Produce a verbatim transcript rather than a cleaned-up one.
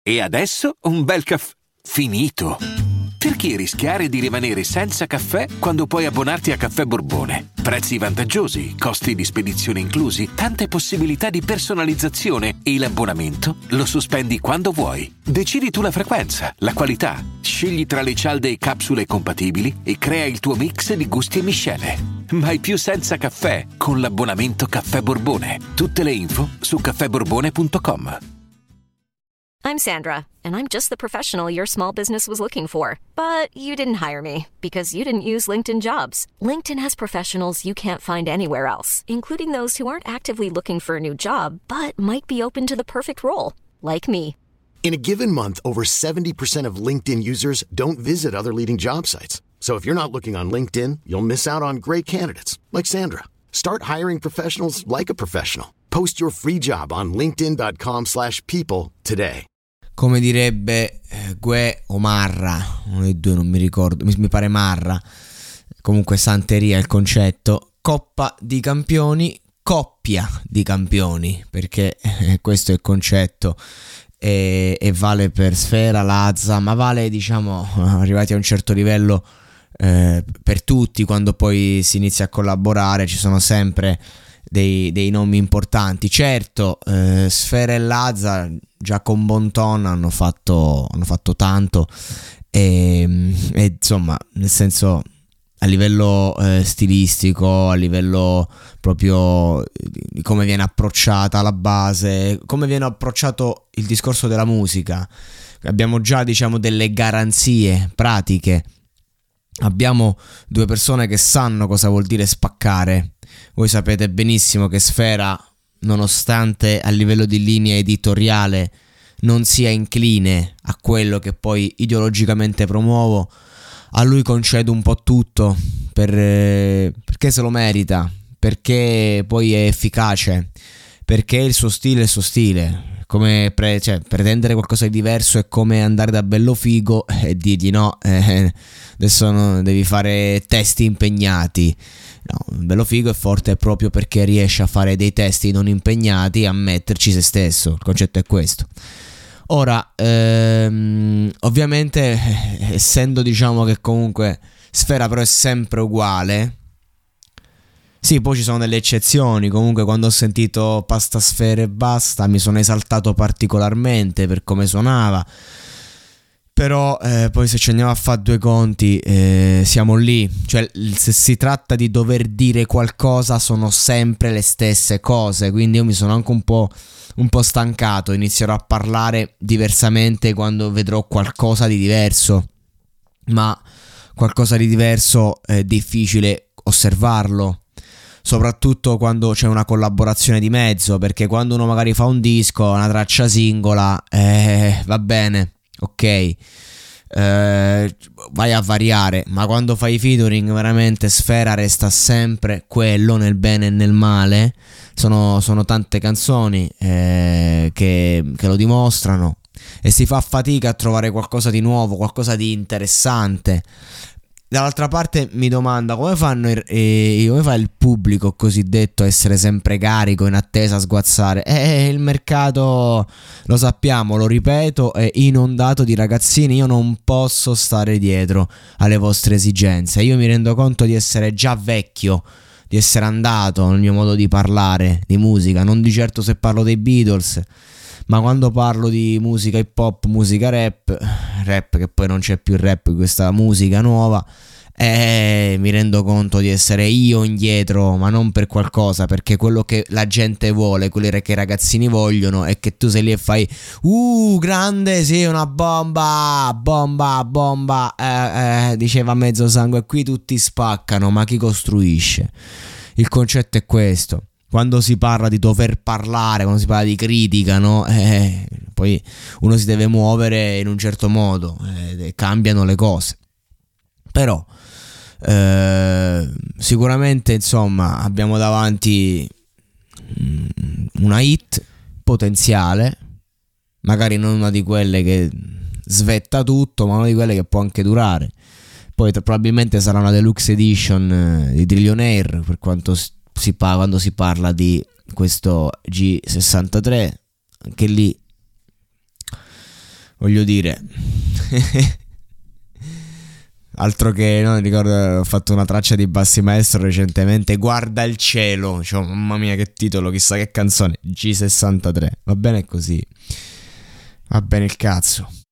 E adesso un bel caffè finito. Perché rischiare di rimanere senza caffè quando puoi abbonarti a Caffè Borbone? Prezzi vantaggiosi, costi di spedizione inclusi, tante possibilità di personalizzazione e l'abbonamento lo sospendi quando vuoi. Decidi tu la frequenza, la qualità, scegli tra le cialde e capsule compatibili e crea il tuo mix di gusti e miscele. Mai più senza caffè con l'abbonamento Caffè Borbone. Tutte le info su caffè borbone punto com. I'm Sandra, and I'm just the professional your small business was looking for. But you didn't hire me because you didn't use LinkedIn Jobs. LinkedIn has professionals you can't find anywhere else, including those who aren't actively looking for a new job, but might be open to the perfect role, like me. In a given month, over seventy percent of LinkedIn users don't visit other leading job sites. So if you're not looking on LinkedIn, you'll miss out on great candidates like Sandra. Start hiring professionals like a professional. Post your free job on linkedin dot com slash people today. Come direbbe eh, Gue o Marra, uno dei due, non mi ricordo, mi, mi pare Marra, comunque santeria il concetto, Coppa di Campioni, coppia di campioni, perché eh, questo è il concetto, e, e vale per Sfera, Lazza, ma vale, diciamo, arrivati a un certo livello eh, per tutti. Quando poi si inizia a collaborare ci sono sempre dei, dei nomi importanti. Certo, eh, Sfera e Lazza già con Bon Ton hanno fatto, hanno fatto tanto, e, e insomma, nel senso, a livello eh, stilistico, a livello proprio di come viene approcciata la base, come viene approcciato il discorso della musica, abbiamo già, diciamo, delle garanzie pratiche. Abbiamo due persone che sanno cosa vuol dire spaccare. Voi sapete benissimo che Sfera, nonostante a livello di linea editoriale non sia incline a quello che poi ideologicamente promuovo, a lui concedo un po' tutto per, eh, perché se lo merita, perché poi è efficace, perché il suo stile è il suo stile. Come pre- cioè, pretendere qualcosa di diverso è come andare da Bello Figo e dirgli no, eh, adesso no, devi fare testi impegnati. No, Bello Figo è forte proprio perché riesce a fare dei testi non impegnati e a metterci se stesso. Il concetto è questo. Ora, ehm, ovviamente, essendo, diciamo, che comunque Sfera però è sempre uguale. Sì, poi ci sono delle eccezioni. Comunque, quando ho sentito Pasta Sfera e Basta mi sono esaltato particolarmente per come suonava. Però eh, poi se ci andiamo a fare due conti, eh, siamo lì. Cioè, se si tratta di dover dire qualcosa, sono sempre le stesse cose. Quindi io mi sono anche un po', un po' stancato. Inizierò a parlare diversamente quando vedrò qualcosa di diverso. Ma qualcosa di diverso è difficile osservarlo, soprattutto quando c'è una collaborazione di mezzo, perché quando uno magari fa un disco, una traccia singola, eh, va bene, ok, eh, vai a variare, ma quando fai featuring veramente Sfera resta sempre quello, nel bene e nel male. Sono, sono tante canzoni eh, che, che lo dimostrano, e si fa fatica a trovare qualcosa di nuovo, qualcosa di interessante. Dall'altra parte mi domanda come fanno i, eh, come fa il pubblico cosiddetto a essere sempre carico, in attesa, a sguazzare. Eh, il mercato, lo sappiamo, lo ripeto, è inondato di ragazzini. Io non posso stare dietro alle vostre esigenze. Io mi rendo conto di essere già vecchio, di essere andato nel mio modo di parlare di musica. Non di certo se parlo dei Beatles, ma quando parlo di musica hip hop, musica rap, rap che poi non c'è più rap, questa musica nuova, eh, mi rendo conto di essere io indietro, ma non per qualcosa, perché quello che la gente vuole, quello che i ragazzini vogliono, è che tu sei lì e fai uh grande, sì, una bomba, bomba, bomba, eh, eh, diceva Mezzo Sangue, qui tutti spaccano, ma chi costruisce? Il concetto è questo. Quando si parla di dover parlare, quando si parla di critica, no? Eh, poi uno si deve muovere in un certo modo, eh, cambiano le cose. Però eh, sicuramente, insomma, abbiamo davanti una hit potenziale, magari non una di quelle che svetta tutto, ma una di quelle che può anche durare. Poi probabilmente sarà una deluxe edition eh, di Trillionaire, per quanto si parla, quando si parla di questo G sessantatré, anche lì voglio dire, altro che, no, ricordo, ho fatto una traccia di Bassi Maestro recentemente, Guarda il cielo, cioè, mamma mia che titolo, chissà che canzone, G sessantatré, va bene così, va bene il cazzo.